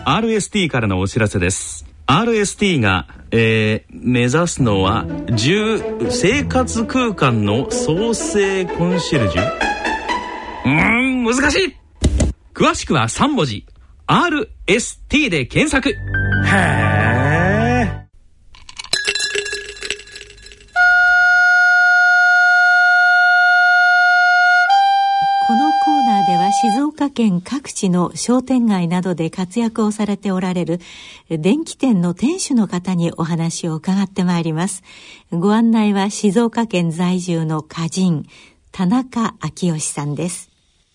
RST からのお知らせです。 RST が、目指すのは生活空間の創生コンシェルジュ。難しい。詳しくは3文字 RST で検索。へー。 このコーナーでは静岡県各地の商店街などで活躍をされておられる電気店の店主の方にお話を伺ってまいります。ご案内は静岡県在住の歌人田中昭義さんです。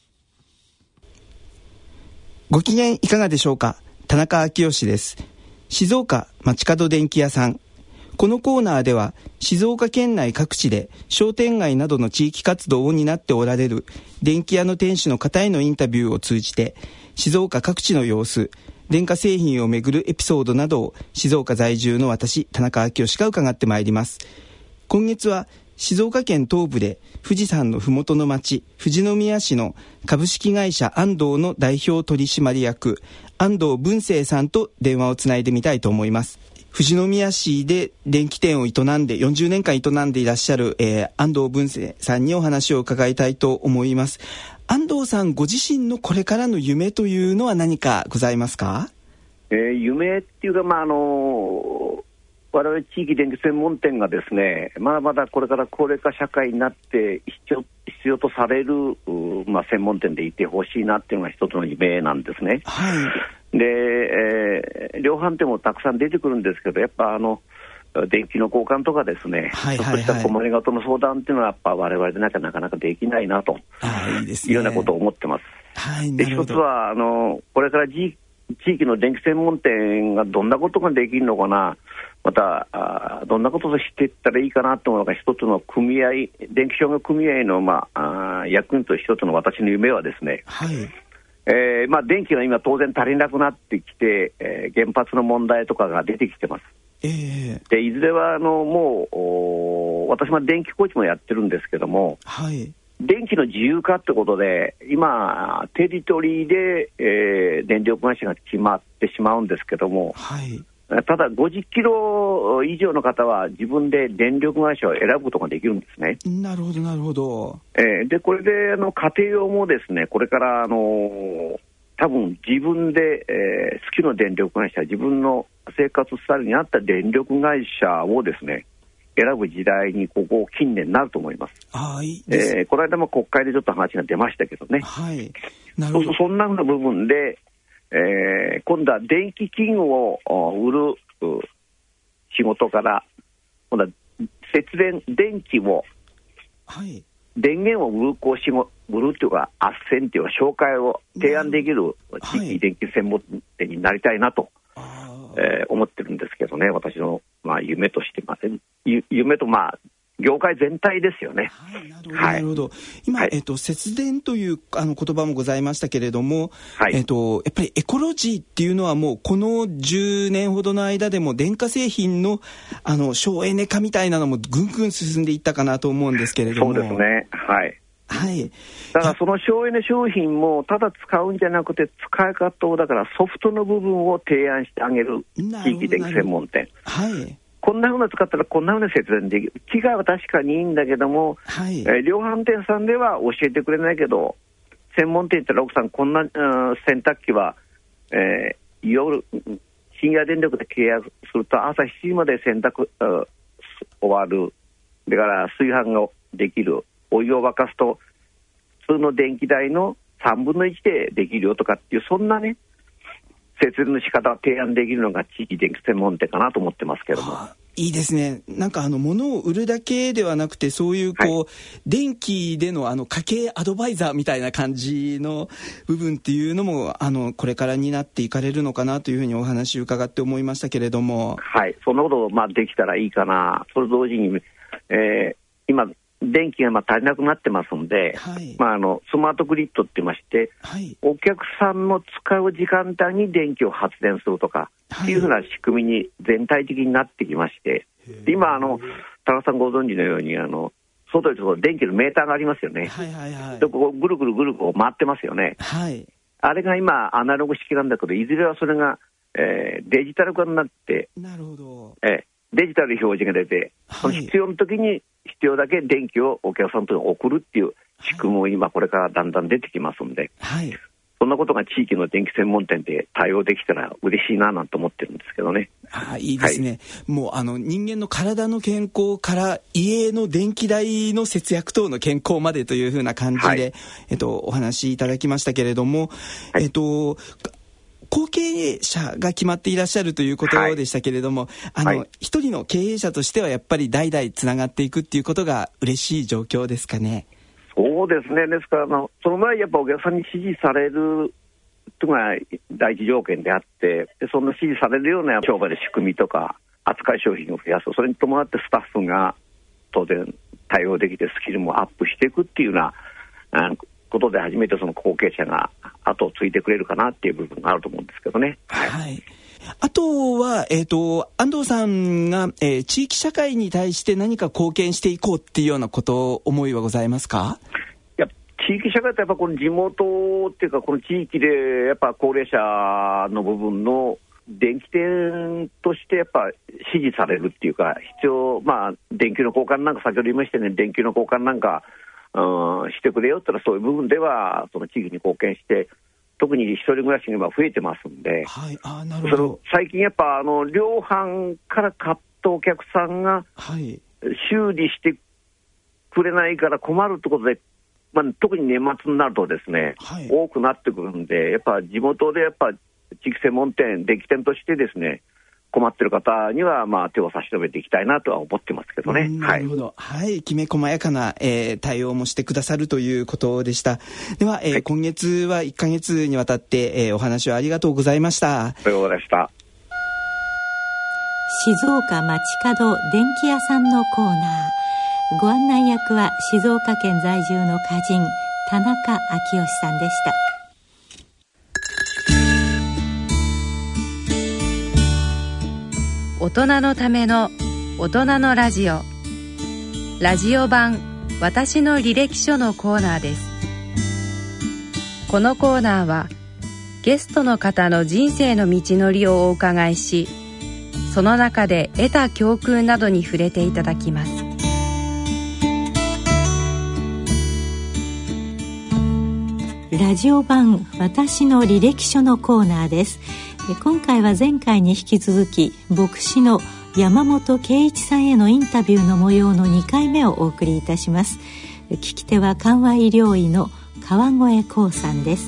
ご機嫌いかがでしょうか。田中昭義です。静岡街角電気屋さん。このコーナーでは静岡県内各地で商店街などの地域活動を担っておられる電気屋の店主の方へのインタビューを通じて、静岡各地の様子、電化製品をめぐるエピソードなどを静岡在住の私田中昭義が伺ってまいります。今月は静岡県東部で富士山のふもとの町富士宮市の株式会社安藤の代表取締役安藤文生さんと電話をつないでみたいと思います。富士宮市で電気店を営んで40年間営んでいらっしゃる、安藤文生さんにお話を伺いたいと思います。安藤さんご自身のこれからの夢というのは何かございますか？ 夢っていうか、我々地域電気専門店がですね、まだまだこれから高齢化社会になって必要とされる、専門店でいてほしいなっていうのが一つの夢なんですね。 はい。 で、量販店もたくさん出てくるんですけど、やっぱ電気の交換とかですね、ちょっとした困りごとの相談っていうのはやっぱ我々でなかなかできないなというようなことを思ってます。 はい、 で、一つはこれから地域の電気専門店がどんなことができるのかな、またどんなことをしていったらいいかなというのが一つの組合、電気商業組合の、役員と一つの私の夢はですね、 はい、 電気が今当然足りなくなってきて、原発の問題とかが出てきてます。で、いずれはもう私も電気工事もやってるんですけども、 はい、 電気の自由化ってことで今テリトリーで、電力会社が決まってしまうんですけども、 はい、 ただ50キロ以上の方は自分で電力会社を選ぶことができるんですね。 なるほどなるほど。 でこれで家庭用もですね、これから多分自分で、好きな電力会社、自分の生活スタイルに合った電力会社をですね選ぶ時代にここ近年になると思います。 いいです。 この間も国会でちょっと話が出ましたけどね。 はい、なるほど。 そんなふうな部分で、今度は電気器具を売る仕事から、今度は電気を、 はい、 電源を売るというか斡旋というか紹介を提案できる地域電気専門店になりたいなと、思ってるんですけどね。私の、夢として、夢と業界全体ですよね。 はい、なるほど、なるほど。今、節電という言葉もございましたけれども、 はい、 やっぱりエコロジーっていうのはもうこの10年ほどの間でも電化製品の省エネ化みたいなのもぐんぐん進んでいったかなと思うんですけれども。 そうですね。はい。 はい。 だからその省エネ商品もただ使うんじゃなくて使い方をだからソフトの部分を提案してあげる地域電気専門店。 はい。 こんなふうな使ったらこんなふうな節電できる。機械は確かにいいんだけども、 はい、 量販店さんでは教えてくれないけど、専門店行ったら奥さんこんな、洗濯機は、夜深夜電力で契約すると朝7時まで洗濯終わる。だから炊飯ができる。お湯を沸かすと普通の電気代の3分の1でできるよとかっていう、そんなね節電の仕方を提案できるのが地域電気専門店かなと思ってますけども。 いいですね。なんか物を売るだけではなくて、そういう電気での家計アドバイザーみたいな感じの部分っていうのもこれから担っていかれるのかなというふうにお話を伺って思いましたけれども。 はい、そんなことできたらいいかな。それと同時に、今電気が足りなくなってますので、 はい、 スマートグリッドって言いまして、 はい、 お客さんの使う時間帯に電気を発電するとか、っていうふうな仕組みに全体的になってきまして、今田中さんご存知のように外に電気のメーターがありますよね。 はいはいはい、 でここぐるぐる回ってますよね。 はい、 あれが今アナログ式なんだけど、いずれはそれが、デジタル化になって、 なるほど、 デジタル表示が出て、その必要の時に必要だけ電気をお客さんと送るっていう仕組みも今これからだんだん出てきますんで、そんなことが地域の電気専門店で対応できたら嬉しいななんて思ってるんですけどね。 いいですね、もう人間の体の健康から家の電気代の節約等の健康までというふうな感じで、お話しいただきましたけれども、後継者が決まっていらっしゃるということでしたけれども、一人の経営者としてはやっぱり代々つながっていくっていうことが嬉しい状況ですかね。 そうですね。ですからその前にやっぱお客さんに支持されるというのが第一条件であって、でそんな支持されるような商売の仕組みとか扱い商品を増やす、それに伴ってスタッフが当然対応できてスキルもアップしていくっていうようなことで初めてその後継者が後を継いでくれるかなっていう部分があると思うんですけどね。 あとは、安藤さんが、地域社会に対して何か貢献していこうっていうようなこと思いはございますか？ いや、地域社会ってやっぱこの地元っていうかこの地域でやっぱ高齢者の部分の電気店としてやっぱ支持されるっていうか必要、電球の交換なんか先ほど言いましたね、電球の交換なんかしてくれよってのはそういう部分ではその地域に貢献して、特に一人暮らしが今増えてますんで、 なるほど。 最近やっぱ量販から買ったお客さんが修理してくれないから困るってことで、特に年末になるとですね、多くなってくるんで、やっぱ地元でやっぱ地域専門店電気店としてですね困ってる方には手を差し伸べていきたいなとは思ってますけどね。 なるほど、きめ細やかな、対応もしてくださるということでした。では、今月は1ヶ月にわたって、お話をありがとうございました。 ありがとうございました。 静岡街角電気屋さんのコーナー、ご案内役は静岡県在住の歌人田中昭義さんでした。 大人のための大人のラジオ、ラジオ版私の履歴書のコーナーです。このコーナーはゲストの方の人生の道のりをお伺いし、その中で得た教訓などに触れていただきます。 ラジオ版私の履歴書のコーナーです。今回は前回に引き続き牧師の山本圭一さんへのインタビューの模様の2回目をお送りいたします。聞き手は緩和医療医の川越光さんです。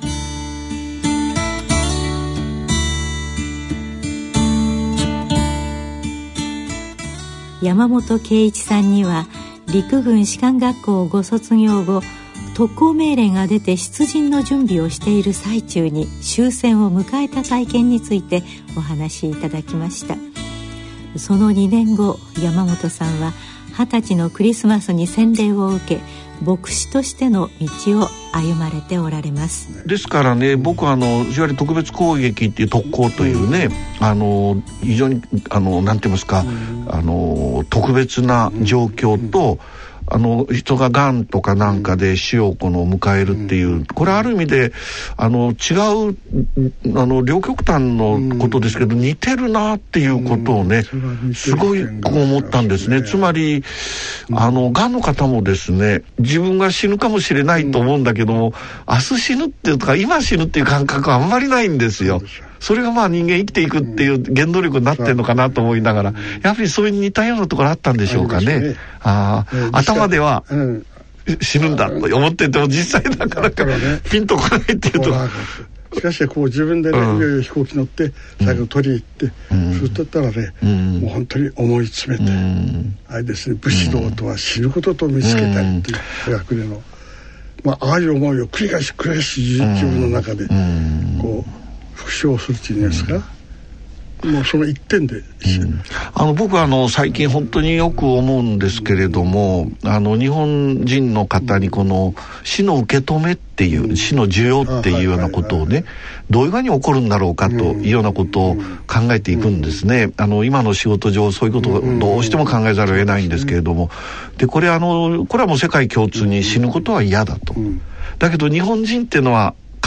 山本圭一さんには陸軍士官学校をご卒業後、特攻命令が出て出陣の準備をしている最中に終戦を迎えた体験についてお話しいただきました。その2年後、山本さんは20歳のクリスマスに洗礼を受け、牧師としての道を歩まれておられます。 ですからね、僕はいわゆる特別攻撃っていう特攻というね、非常になんて言いますか、特別な状況と、人ががんとかなんかで死を迎えるっていう、これある意味で違う両極端のことですけど、似てるなっていうことをね、すごい思ったんですね。つまりがんの方もですね、自分が死ぬかもしれないと思うんだけども、明日死ぬっていうか今死ぬっていう感覚はあんまりないんですよ。それが人間生きていくっていう原動力になってるのかなと思いながら、やっぱりそういう似たようなところあったんでしょうかね。頭では死ぬんだと思ってても、実際なかなかピンとこないっていうと、 しかし自分でね、いよいよ飛行機乗って最後取り行って、そういったらね、もう本当に思い詰めて、あれですね、武士道とは死ぬことと見つけたいっていう科学での、ああいう思いを繰り返し自分の中で復唱するっていうんですか、もうその一点で、 僕は最近本当によく思うんですけれども、日本人の方にこの死の受け止めっていう、死の需要っていうようなことをね、どういうふうに起こるんだろうかというようなことを考えていくんですね。今の仕事上そういうことをどうしても考えざるを得ないんですけれども、でこれはもう世界共通に死ぬことは嫌だと、だけど日本人っていうのは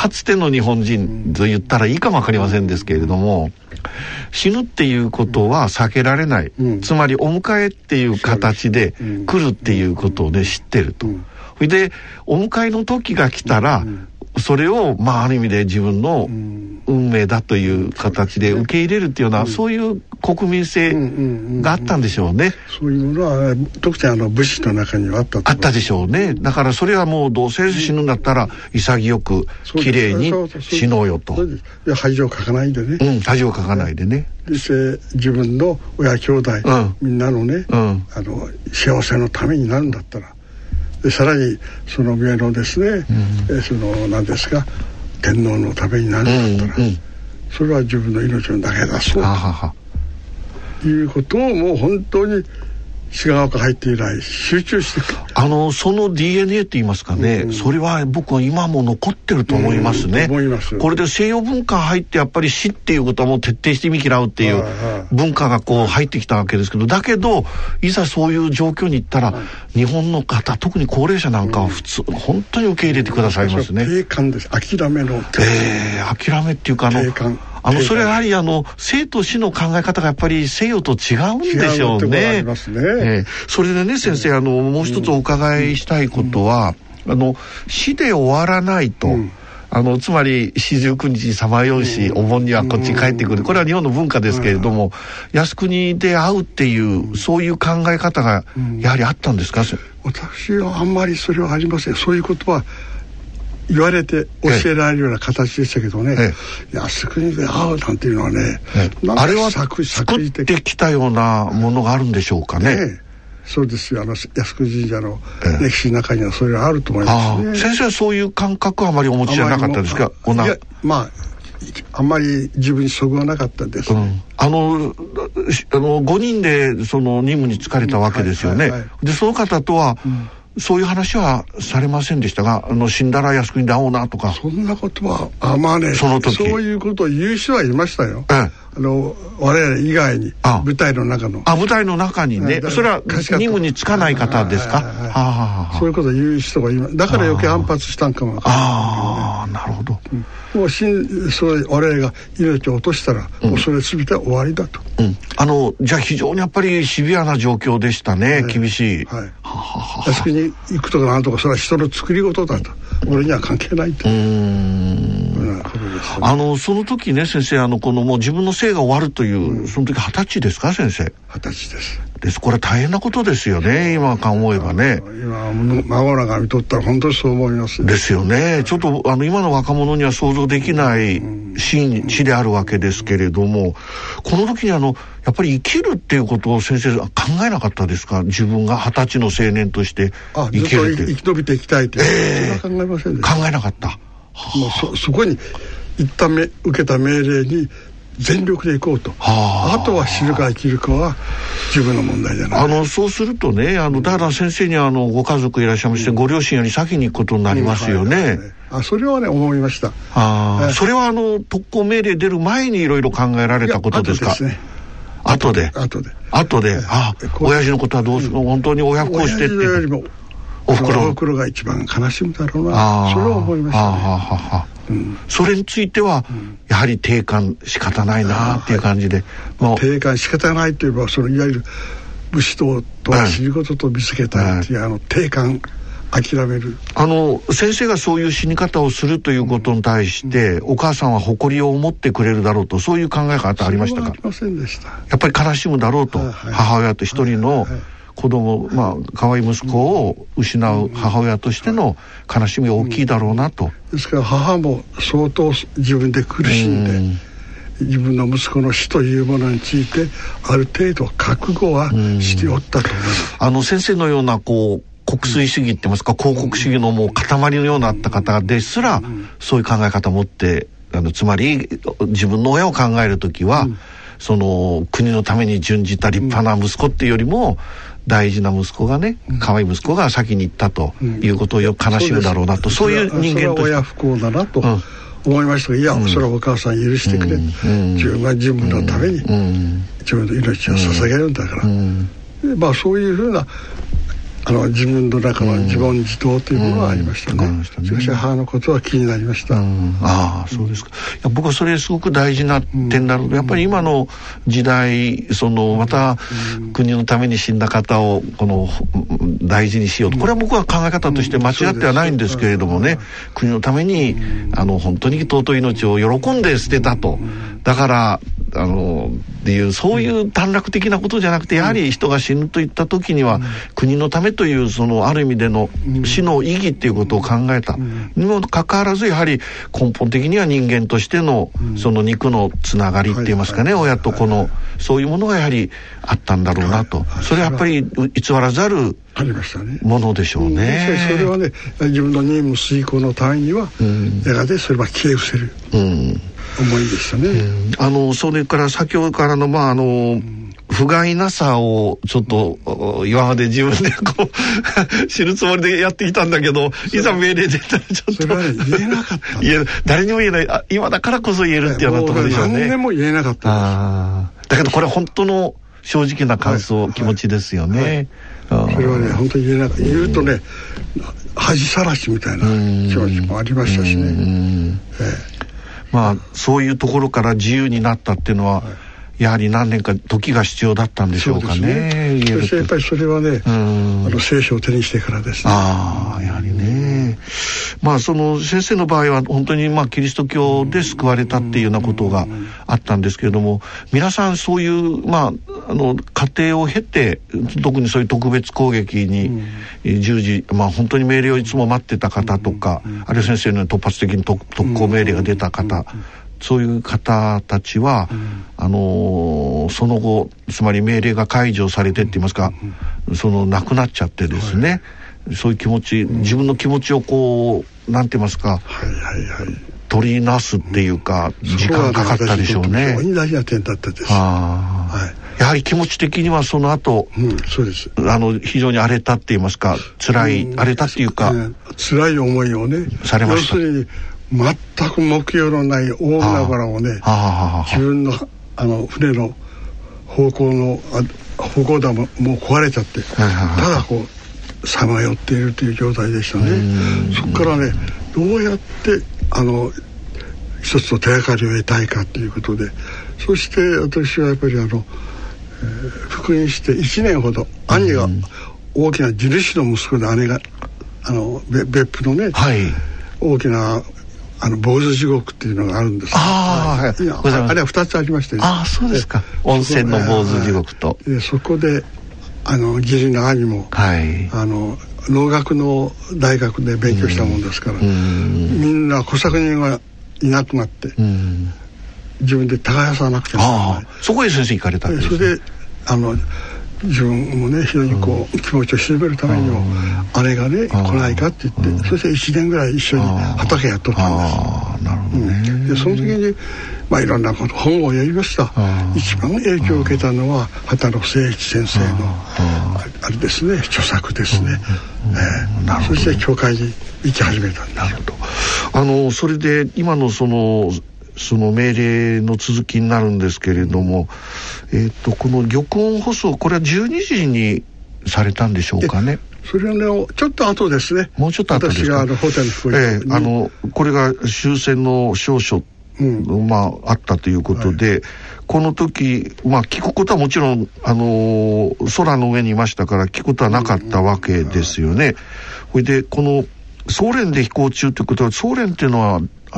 かつての日本人と言ったらいいかも分かりませんですけれども、死ぬっていうことは避けられない、つまりお迎えっていう形で来るっていうことで知ってると。それでお迎えの時が来たら、それをある意味で自分の運命だという形で受け入れるっていうような、そういう国民性があったんでしょうね。 そういうものは特に武士の中にはあったでしょうね。だからそれはもうどうせ死ぬんだったら潔くきれいに死のうよと。 恥をかかないでね。 恥をかかないでね。 で自分の親兄弟、みんなのね、幸せのためになるんだったら、でさらにその上のですね、何ですか、天皇のためになるんだったら、それは自分の命を投げ出そうということを、もう本当に滋賀岡入って以来集中してその DNA って言いますかね、それは僕は今も残ってると思いますね。これで西洋文化入ってやっぱり死っていうことはもう徹底して見嫌うっていう文化がこう入ってきたわけですけど、だけどいざそういう状況に行ったら、日本の方特に高齢者なんかは普通本当に受け入れてくださいますね。 定感です。諦めの諦めっていうか定感。それはやはり生と死の考え方がやっぱり西洋と違うんでしょうね。それでね、先生もう一つお伺いしたいことは、死で終わらないと、つまり四十九日にさまようし、お盆にはこっちに帰ってくる、これは日本の文化ですけれども、靖国で会うっていうそういう考え方がやはりあったんですか？ 私はあんまりそれはありません。そういうことは言われて教えられるような形でしたけどね、靖国で会うなんていうのはね、 あれは作ってきたようなものがあるんでしょうかね。 そうですよ。靖国神社の歴史の中にはそれがあると思いますね。 先生はそういう感覚はあまりお持ちじゃなかったですか？ いや、あんまり自分にそぐわなかったです、 5人でその任務に就かれたわけですよね。でその方とは、そういう話はされませんでしたが、死んだら靖国で会おうなとか。 そんなことはその時そういうことを言う人はいましたよ。我々以外に舞台の中の舞台の中にね。それは任務に就かない方ですか？ そういうことを言う人がだから余計反発したんかも。 なるほど。 もう我々が命を落としたら、もうそれ全て終わりだと。 じゃあ非常にやっぱりシビアな状況でしたね。厳しい。 靖国に行くとかなんとか、それは人の作り事だと。俺には関係ないと。 その時ね、先生、このもう自分の生が終わるという、その時20歳ですか、先生？ 20歳です。これ大変なことですよね、今か思えばね。 今孫らが見とったら本当にそう思います。 ですよね。ちょっと今の若者には想像できない死であるわけですけれども、この時にやっぱり生きるっていうことを先生考えなかったですか？自分が20歳の青年として生きるって。 ずっと生き延びていきたいって、それは考えませんでした。 考えなかった。 もうそこに一旦受けた命令に全力でいこうと。あとは死ぬか生きるかは自分の問題じゃない。 そうするとね、だから先生にご家族いらっしゃいまして、ご両親より先に行くことになりますよね。 それはね、思いました。 それは特攻命令出る前にいろいろ考えられたことですか？ 後ですね。 後で親父のことはどうするの、本当に親不孝してってよりもおふくろが一番悲しむだろうな、それは思いましたね。 それについてはやはり定感仕方ないなっていう感じで、 定感仕方ないといえば、いわゆる武士道とは死ぬことと見つけたいっていう定感諦める。 先生がそういう死に方をするということに対して、お母さんは誇りを持ってくれるだろうと、そういう考え方ありましたか？ ありませんでした。 やっぱり悲しむだろうと、母親と一人の子供、可愛い息子を失う母親としての悲しみが大きいだろうなと。 ですから母も相当自分で苦しんで、自分の息子の死というものについてある程度覚悟はしておったと思います。 先生のような国粋主義って言いますか、広告主義のもう塊のようになった方ですら、そういう考え方を持って、つまり自分の親を考えるときは、その国のために準じた立派な息子っていうよりも、大事な息子がね、可愛い息子が先に行ったということをよく悲しむだろうなと、そういう人間として。 それは親不幸だなと思いましたが、いや、それはお母さん許してくれ、自分が自分のために自分の命を捧げるんだから、そういうふうな自分の中の自問自答というものがありましたね。しかし母のことは気になりました。 ああ、そうですか。いや、僕はそれすごく大事な点なので、やっぱり今の時代、また国のために死んだ方を大事にしようと、これは僕は考え方として間違ってはないんですけれどもね、国のために本当に尊い命を喜んで捨てたと、だからっていう、そういう短絡的なことじゃなくて、やはり人が死ぬといった時には、国のためというある意味での死の意義っていうことを考えたにもかかわらず、やはり根本的には人間としての肉のつながりって言いますかね、親と子のそういうものがやはりあったんだろうなと。それはやっぱり偽らざるものでしょうね。 それはね、自分の任務遂行のためにはやがてそれは消え失せる思いでしたね。 それから先ほどからの不甲斐なさをちょっと今まで自分で知るつもりでやってきたんだけど、いざ命令出たらちょっとそれは、ね、言えなかった。 誰にも言えない。今だからこそ言えるっていうようなところでしょうね。 何年も言えなかったです。だけどこれ本当の正直な感想、気持ちですよね。 それはね、本当に言えなかった。言うとね、恥さらしみたいな気持ちもありましたしね。 そういうところから自由になったっていうのは、やはり何年か時が必要だったんでしょうかね。 そしてやっぱりそれはね、聖書を手にしてからですね。 やはりね。先生の場合は本当にキリスト教で救われたっていうようなことがあったんですけれども、皆さんそういう過程を経て、特にそういう特別攻撃に従事、本当に命令をいつも待ってた方とか、あるいは先生の突発的に特攻命令が出た方、そういう方たちは、その後、つまり命令が解除されてって言いますか、なくなっちゃってですね、そういう気持ち、自分の気持ちをなんて言いますか、取りなすっていうか、時間かかったでしょうね。 非常に大事な点だったです。 やはり気持ち的にはその後、 そうです。 非常に荒れたって言いますか、荒れたっていうか、 辛い思いをね、 されました。 要するに全く目標のない大海原をね、自分の船の方向弾もう壊れちゃって、たださまよっているという状態でしたね。そこからね、どうやって一つの手がかりを得たいかということで、そして私はやっぱり復員して1年ほど、兄が大きな地主の息子で、姉が別府のね、大きな坊主地獄っていうのがあるんです。あれは2つありましてね。 そうですか。温泉の坊主地獄と。 そこで義理の兄も、農学の大学で勉強したもんですから、みんな小作人がいなくなって、自分で耕さなくても、 そこへ先生行かれたんですね。 それで自分もね、非常に気持ちを静めるためにも、姉がね、来ないかって言って、そして1年ぐらい一緒に畑やっとったんです。 なるほどね。 でその時にいろんなこと本を読みました。一番影響を受けたのは畑野誠一先生のあれですね、著作ですね。そして教会に行き始めたんです。 なるほど。それで今のその命令の続きになるんですけれども、この玉音放送、これは12時にされたんでしょうかね。 それはね、ちょっと後ですね。 もうちょっと後ですか。 私がホテルにこれが終戦の証書、あったということで、この時、聞くことはもちろん空の上にいましたから聞くことはなかったわけですよね。それでこのソ連で飛行中ということは、ソ連っていうのは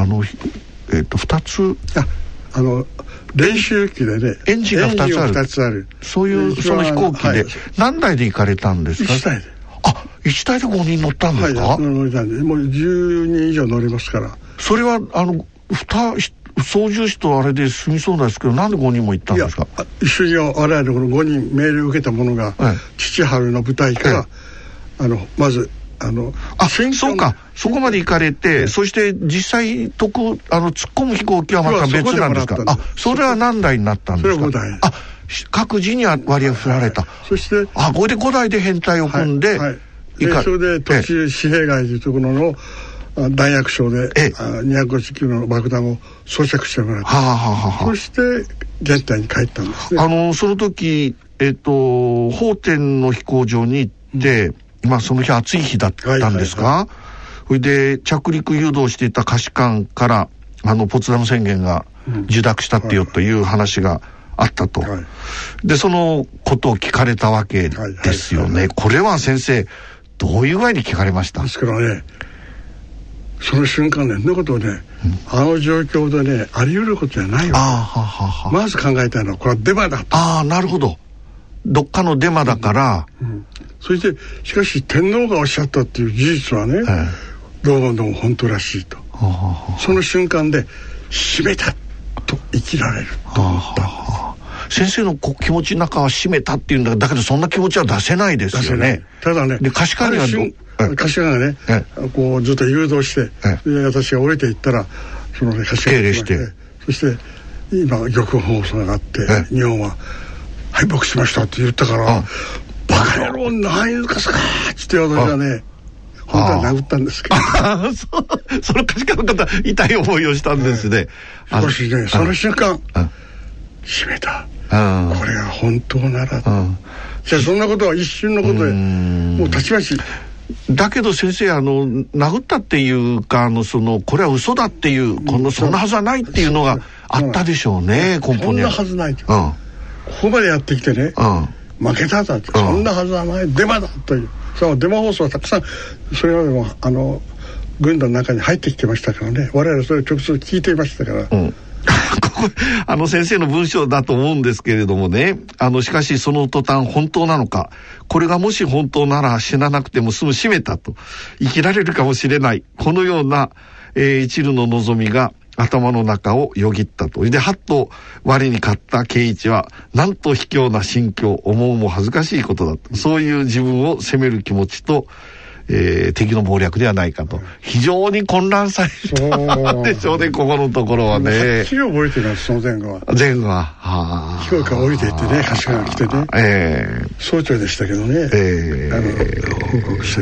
2つ練習機でね、 エンジンが2つある。そういうその飛行機で何台で行かれたんですか？1 台で。 1台で5人乗ったんですか？ 乗れたんで、もう10人以上乗れますから。 それは操縦士とあれで済みそうですけど、なんで5人も行ったんですか？ 一緒に我々この5人命令を受けた者が、父春の部隊から、まずそうか、そこまで行かれて、そして実際突っ込む飛行機はまた別なんですか？それは何台になったんですか？ それは5台。 各自には割り振られた。 そしてこれで5台で編隊を組んで、 それで途中紙幣街というところの弾薬廠で250キロの爆弾を装着してもらって、そして現代に帰ったんですね。 その時奉天の飛行場に行って、 その日暑い日だったんですか。それで着陸誘導していた下士官からポツダム宣言が受諾したってよという話があったと、でそのことを聞かれたわけですよね。これは先生どういう具合に聞かれました？ ですからね、その瞬間ね、そんなことをね、状況でね、あり得ることじゃないわけ。まず考えたいのはこれはデマだと。なるほど、 どっかのデマだから、 そしてしかし天皇がおっしゃったっていう事実はね、どうも本当らしいと。その瞬間で締めたと生きられると思ったんです。 先生の気持ちの中は締めたっていうんだけどそんな気持ちは出せないですよね。 ただね、 で下士官には下士官がね、こうずっと誘導して、で私が降りていったらそのね下士官が来て、そして今玉音放送があって、日本は敗北しましたって言ったから、バカ野郎何抜かすかって私はね、本当は殴ったんですけどその下士官の方痛い思いをしたんですね。 しかしね、その瞬間締めた、これが本当なら、じゃあそんなことは一瞬のことでもうたちまち。 だけど先生殴ったっていうかこれは嘘だっていうそんなはずはないっていうのがあったでしょうね。根本にはそんなはずないと、ここまでやってきてね、負けただって、そんなはずはない、デマだという、そのデマ放送はたくさんそれまでも軍団の中に入ってきてましたからね、我々それを直接聞いていましたから、 ここ先生の文章だと思うんですけれどもね、しかしその途端本当なのか、これがもし本当なら死ななくても済む、締めたと、生きられるかもしれない、このような、一縷の望みが頭の中をよぎったと。ではっと我に勝った圭一はなんと卑怯な心境、思うも恥ずかしいことだと、そういう自分を責める気持ちと、敵の謀略ではないかと、非常に混乱されたでしょうね、ここのところはね。 はっきり覚えてます、その前後は。飛行機から降りていってね、下士官が来てね、総長でしたけどね、報告して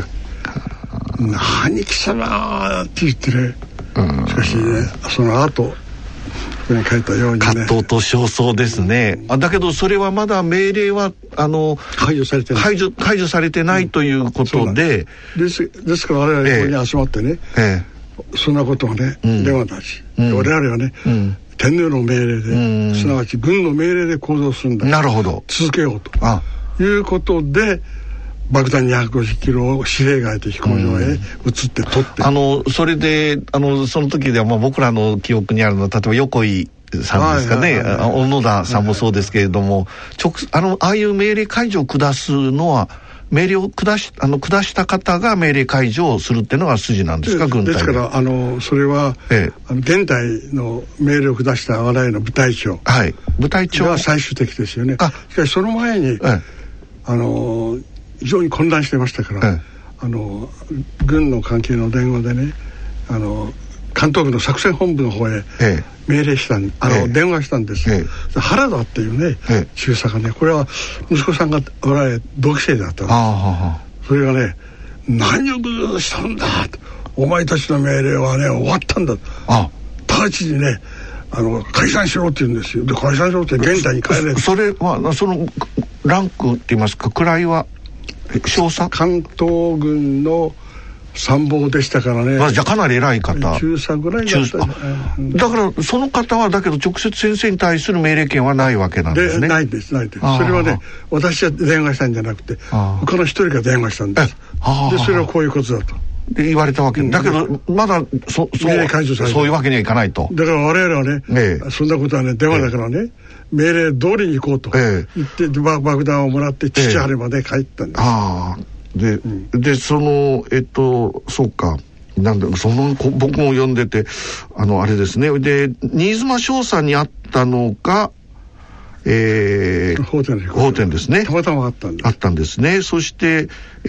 「何貴様」って言ってね、しかしね、その後ここに書いたようにね、 葛藤と焦燥ですね。だけどそれはまだ命令は解除されてない、 解除されてないということで、 ですから我々ここに集まってね、そんなことはね、デマだし、我々はね、天皇の命令で、すなわち軍の命令で行動するんだ、 なるほど、 続けようということで、爆弾250キロを司令外と飛行場へ移って取って、 それでその時では僕らの記憶にあるのは、例えば横井さんですかね、小野田さんもそうですけれども、ああいう命令解除を下すのは、命令を下した方が命令解除をするっていうのが筋なんですか、軍隊で。 ですからそれは、現代の命令を下した我々の部隊長、 部隊長は最終的ですよね。しかしその前に、非常に混乱してましたから、軍の関係の電話でね、関東部の作戦本部の方へ命令した電話したんですよ。原田っていうね、中佐がね、これは息子さんが我々同期生だったんです。それがね、何をぐずぐずしたんだと、お前たちの命令はね終わったんだ、直ちにね解散しろって言うんですよ。で解散しろって現代に帰れ。 それはそのランクって言いますか、位は少佐、 関東軍の参謀でしたからね。 じゃあかなり偉い方、 中佐ぐらいだった。 だからその方はだけど直接先生に対する命令権はないわけなんですね。 ないです。それはね、私は電話したんじゃなくて他の一人が電話したんです。でそれはこういうことだとで言われたわけだけど、まだ命令解除された。 そういうわけにはいかないと。 だから我々はね、そんなことはね、電話だからね、命令通りに行こうと言って爆弾をもらって父原まで帰ったんです。 でそうか、なんだ僕も読んでてあれですね。で新妻少佐にあったのが法典ですね。たまたまあったんですね。そして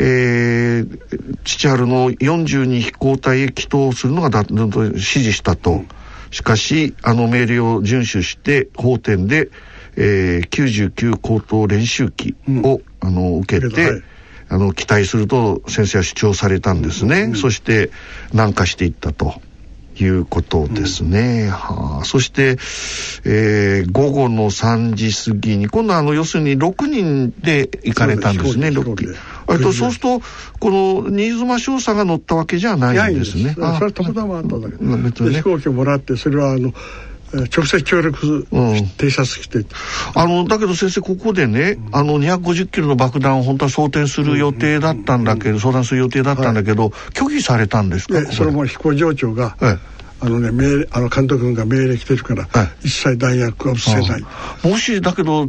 父原の42飛行隊へ帰投するのが指示したと。しかし命令を遵守して法典で、99高等練習機を、受けて、期待すると先生は主張されたんですね。そして南下していったということですね。そして、午後の3時過ぎに今度要するに6人で行かれたんですね。 そうするとこの新妻少佐が乗ったわけじゃないんですね。 それはたまたまあっただけで、飛行機をもらって、それは直接協力偵察機て、 だけど先生、ここでね、250キロの爆弾を本当は装填する予定だったんだけど、相談する予定だったんだけど、拒否されたんですか？ それも飛行場長が、監督軍が命令来てるから、一切弾薬は伏せない。 もしだけど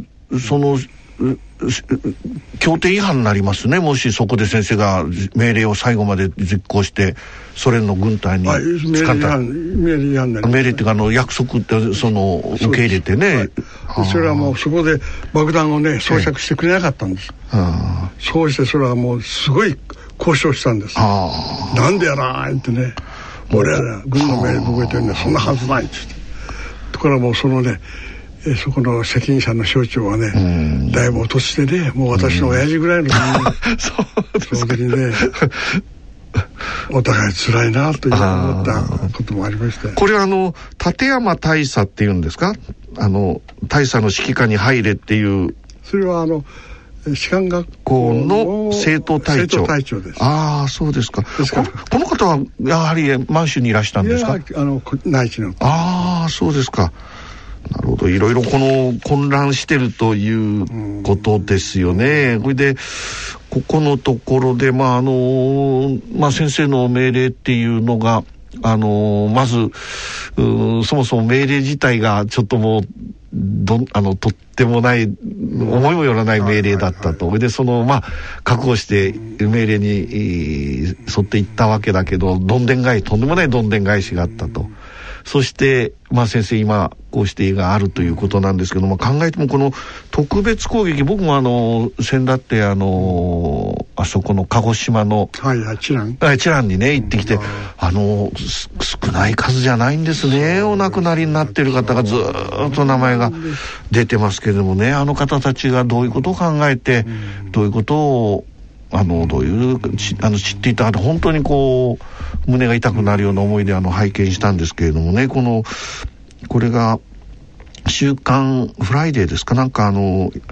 協定違反になりますね。もしそこで先生が命令を最後まで実行してソ連の軍隊に使った命令違反になります、 命令っていうか約束って受け入れてね、 それはもうそこで爆弾をね装着してくれなかったんです。そうしてそれはもうすごい交渉したんです。なんでやらんってね、俺は軍の命令動いてるんでそんなはずないって言って、ところがもうそのねそこの責任者の省庁はね、だいぶ落としてね、もう私の親父ぐらいのその時にねお互い辛いなという思ったこともありました。 これは立山大佐っていうんですか？大佐の指揮下に入れっていう。 それは士官学校の生徒隊長。 生徒隊長です。 ああ、そうですか。この方はやはり満州にいらしたんですか？ 内地の。 ああ、そうですか。なるほど。いろいろ混乱してるということですよね。これでここのところで先生の命令っていうのがまずそもそも命令自体がちょっともうとってもない思いもよらない命令だったと。で覚悟して命令に沿っていったわけだけど、とんでもないどんでん返しがあったと。そして先生今こうしてがあるということなんですけども、考えてもこの特別攻撃、僕も先だってあそこの鹿児島の知覧にね行ってきて、少ない数じゃないんですね。お亡くなりになっている方がずっと名前が出てますけれどもね、あの方たちがどういうことを考えて、どういうことをどういう知っていたか、本当に胸が痛くなるような思いで拝見したんですけれどもね、これが週刊フライデーですか、なんか方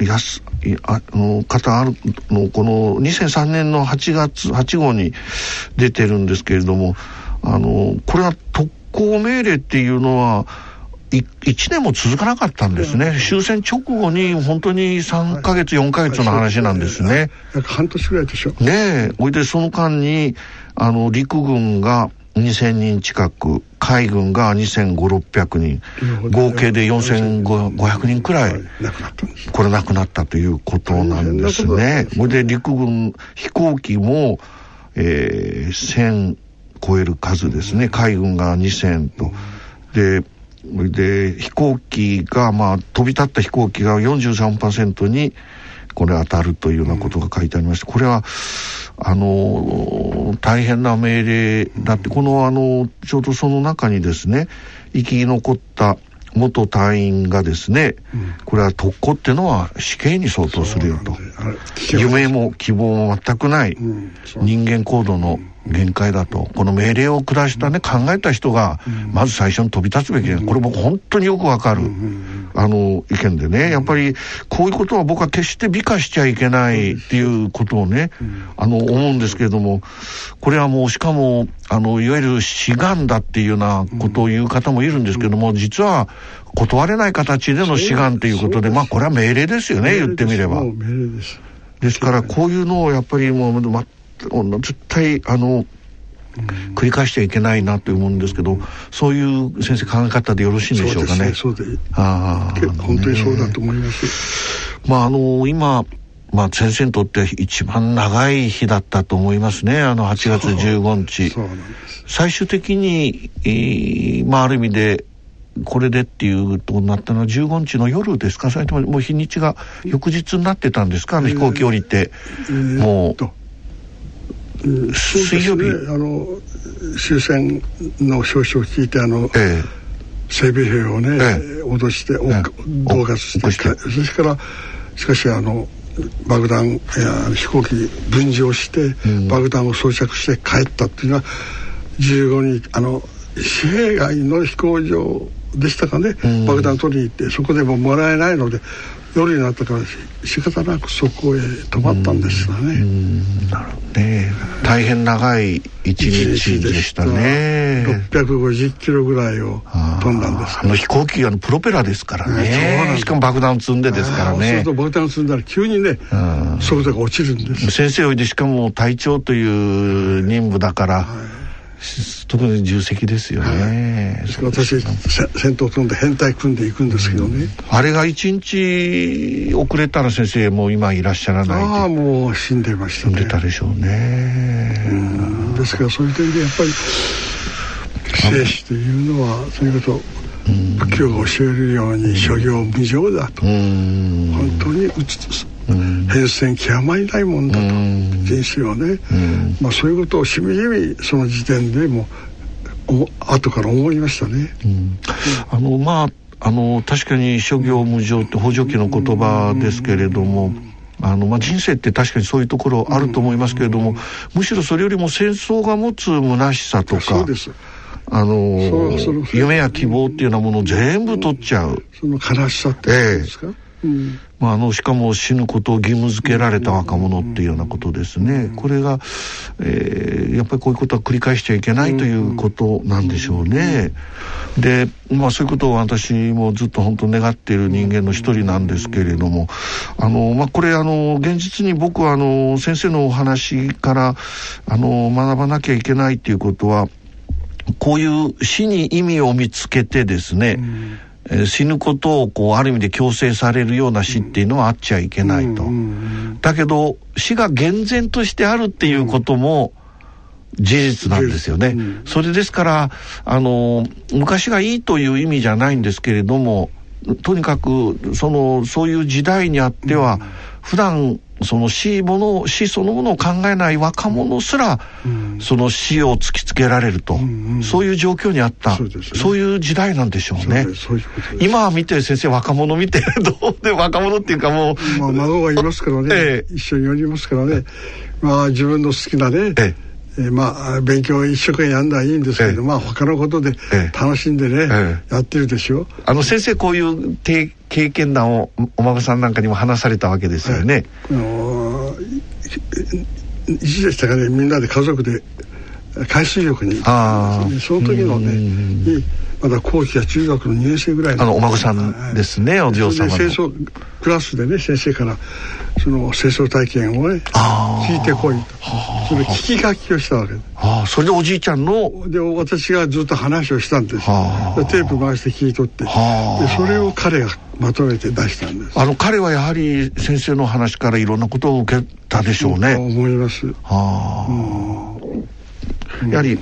あるのこの2003年の8号に出てるんですけれども、これは特攻命令っていうのは1年も続かなかったんですね。終戦直後に本当に3ヶ月4ヶ月の話なんですね。 半年ぐらいでしょ。 ねえ。おいでその間に陸軍が2000人近く、海軍が2500、600人、合計で4500人くらいこれ亡くなったということなんですね。それで陸軍飛行機も、1000超える数ですね。海軍が2000と。で飛行機が飛び立った飛行機が 43% にこれ当たるというようなことが書いてありまして、これは大変な命令だって、ちょうどその中にですね、生き残った元隊員がですね、これは特攻っていうのは死刑に相当するよと、夢も希望も全くない人間行動の限界だと、この命令を下したね、考えた人がまず最初に飛び立つべきで、これ僕本当によくわかる意見でね、やっぱりこういうことは僕は決して美化しちゃいけないっていうことをね、思うんですけれども、これはもうしかもいわゆる志願だっていうようなことを言う方もいるんですけども、実は断れない形での志願ということで、これは命令ですよね、言ってみれば。ですからこういうのをやっぱりもう絶対繰り返しちゃいけないなと思うんですけど、そういう先生考え方でよろしいんでしょうかね。 そうですね。本当にそうだと思います。 今先生にとって一番長い日だったと思いますね。8月15日。 そうなんです。 最終的に、ある意味でこれでっていうことになったのは15日の夜ですか？それとも日にちが翌日になってたんですか？飛行機降りて、もう水曜日、 終戦の詔書を聞いて整備兵をね、脅して恫喝して、それからしかし爆弾飛行機分乗して、爆弾を装着して帰ったっていうのは15日紙幣街の飛行場でしたかね、爆弾取りに行って、そこでももらえないので夜になったから仕方なくそこへ泊まったんですがね。 なるほどね。大変長い一日でしたね。 650キロぐらいを飛んだんです。 飛行機プロペラですからね。しかも爆弾積んでですからね。そうすると爆弾積んだら急にね、速度が落ちるんです。 先生おいで、しかも隊長という任務だから、特に重責ですよね。 私戦闘組んで編隊組んでいくんですけどね、 あれが1日遅れたら先生もう今いらっしゃらない。 もう死んでましたね。 死んでたでしょうね。 ですからそういう点でやっぱり生死というのはそういうこと仏教が教えるように諸行無常だと、本当に変遷極まりないもんだと、人生はね、そういうことをしみじみその時点でも後から思いましたね。 確かに諸行無常って補助記の言葉ですけれども、人生って確かにそういうところあると思いますけれども、むしろそれよりも戦争が持つ虚しさとか、 そうです、 夢や希望っていうようなものを全部取っちゃう、 その悲しさってことですか。 しかも死ぬことを義務付けられた若者っていうようなことですね。これが、やっぱりこういうことは繰り返しちゃいけないということなんでしょうね。で、そういうことを私もずっと本当願っている人間の一人なんですけれども、これ現実に僕は先生のお話から学ばなきゃいけないっていうことは、こういう死に意味を見つけてですね、死ぬことをある意味で強制されるような死っていうのはあっちゃいけないと。だけど死が厳然としてあるっていうことも事実なんですよね。それですから昔がいいという意味じゃないんですけれども、とにかくそういう時代にあっては、普段その死そのものを考えない若者すら、その死を突きつけられると、そういう状況にあった、そういう時代なんでしょうね。今見て先生、若者見てどうで、若者っていうかもう、 孫がいますからね、一緒におりますからね、自分の好きなね、勉強を一生懸命やるのはいいんですけど、他のことで楽しんでね、やってるでしょ。 先生、こういう経験談をお孫さんなんかにも話されたわけですよね。 いつでしたかね、みんなで家族で海水浴に行ったんですね。その時のね、まだ後期や中学の2年生ぐらいのお孫さんですね、お嬢様の。 清掃クラスでね、先生からその清掃体験をね聞いてこいと、それ聞き書きをしたわけです。 それでおじいちゃんので、私がずっと話をしたんです。テープ回して聞いとって、でそれを彼がまとめて出したんです。 彼はやはり先生の話からいろんなことを受けたでしょうね。 思います。 やはり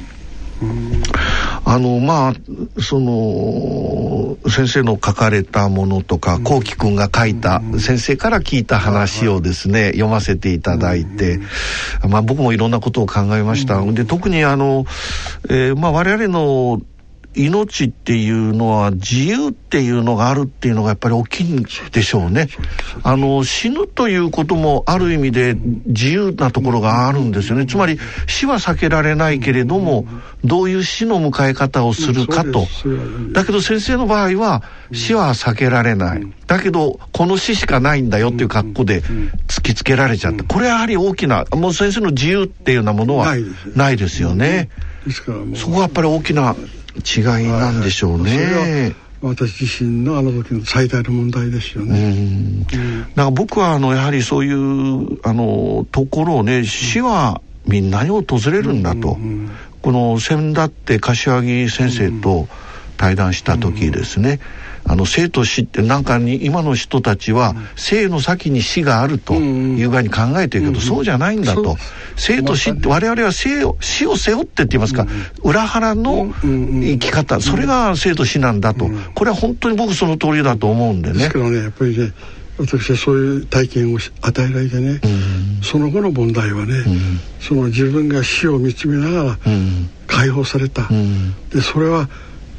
その先生の書かれたものとか、こうきくんが書いた、先生から聞いた話をですね、読ませていただいて、僕もいろんなことを考えました。で、特に我々の命っていうのは自由っていうのがあるっていうのがやっぱり大きいんでしょうね。死ぬということもある意味で自由なところがあるんですよね。つまり死は避けられないけれども、どういう死の迎え方をするかと。だけど先生の場合は死は避けられない。だけどこの死しかないんだよっていう格好で突きつけられちゃった。これはやはり大きな、もう先生の自由っていうようなものはないですよね。そこがやっぱり大きな違いなんでしょうね。 それは私自身の時の最大の問題ですよね。 だから僕はやはりそういうところをね、死はみんなに訪れるんだと、この先だって柏木先生と対談した時ですね、生と死ってなんかに今の人たちは生の先に死があるという具合に考えてるけど、そうじゃないんだと。生と死って我々は死を背負ってって言いますか、裏腹の生き方、それが生と死なんだと。これは本当に僕その通りだと思うんでね。 ですからね、やっぱりね、私はそういう体験を与えられてね、その後の問題はね、その自分が死を見つめながら解放された、でそれは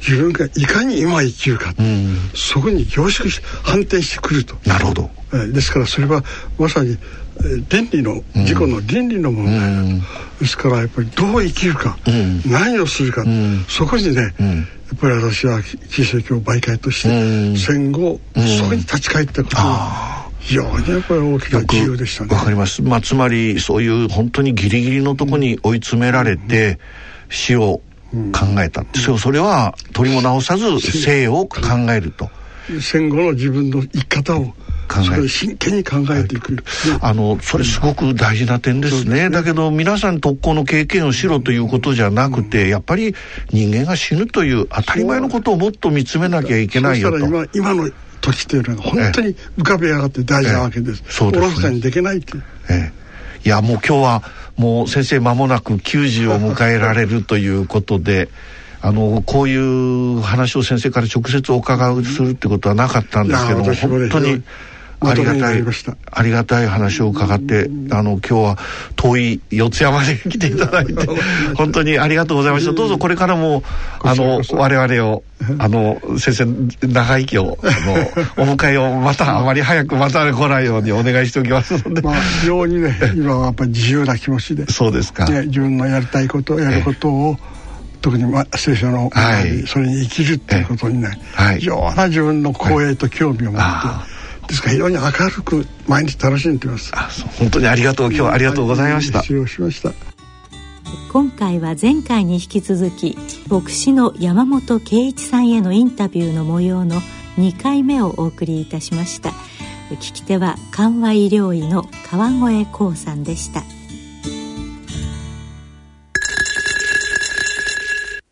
自分がいかに今生きるか、そこに凝縮して反転してくると。 なるほど。 ですからそれはまさに倫理の自己の倫理の問題ですから、やっぱりどう生きるか、何をするか、そこにね、やっぱり私はキリスト教媒介として戦後、そこに立ち返ったことが非常にやっぱり大きな重要でしたね。 わかります。つまりそういう本当にギリギリのとこに追い詰められて死を考えた、それは取りも直さず生を考えると、 戦後の自分の生き方をそれ真剣に考えていく、 それすごく大事な点ですね。だけど皆さん特攻の経験をしろということじゃなくて、やっぱり人間が死ぬという当たり前のことをもっと見つめなきゃいけないよと。 そうしたら今の時というのが本当に浮かび上がって大事なわけです。おろそかにできないという。 いや、もう今日はもう先生間もなく90を迎えられるということでこういう話を先生から直接お伺いするってことはなかったんですけども、本当にありがたい話を伺って、今日は遠い四谷まで来ていただいて本当にありがとうございました。どうぞこれからも我々を先生長生きをお迎えをまたあまり早くまた来ないようにお願いしておきますので、 非常にね今はやっぱり自由な気持ちで、 そうですか、 自分のやりたいことやることを、特に聖書の、それに生きるっていうことにね、非常な自分の光栄と興味を持って、ですから非常に明るく毎日楽しんでいます。 本当に今日はありがとうございました。 失礼しました。 今回は前回に引き続き牧師の山本圭一さんへのインタビューの模様の2回目をお送りいたしました。聞き手は緩和医療医の川越光さんでした。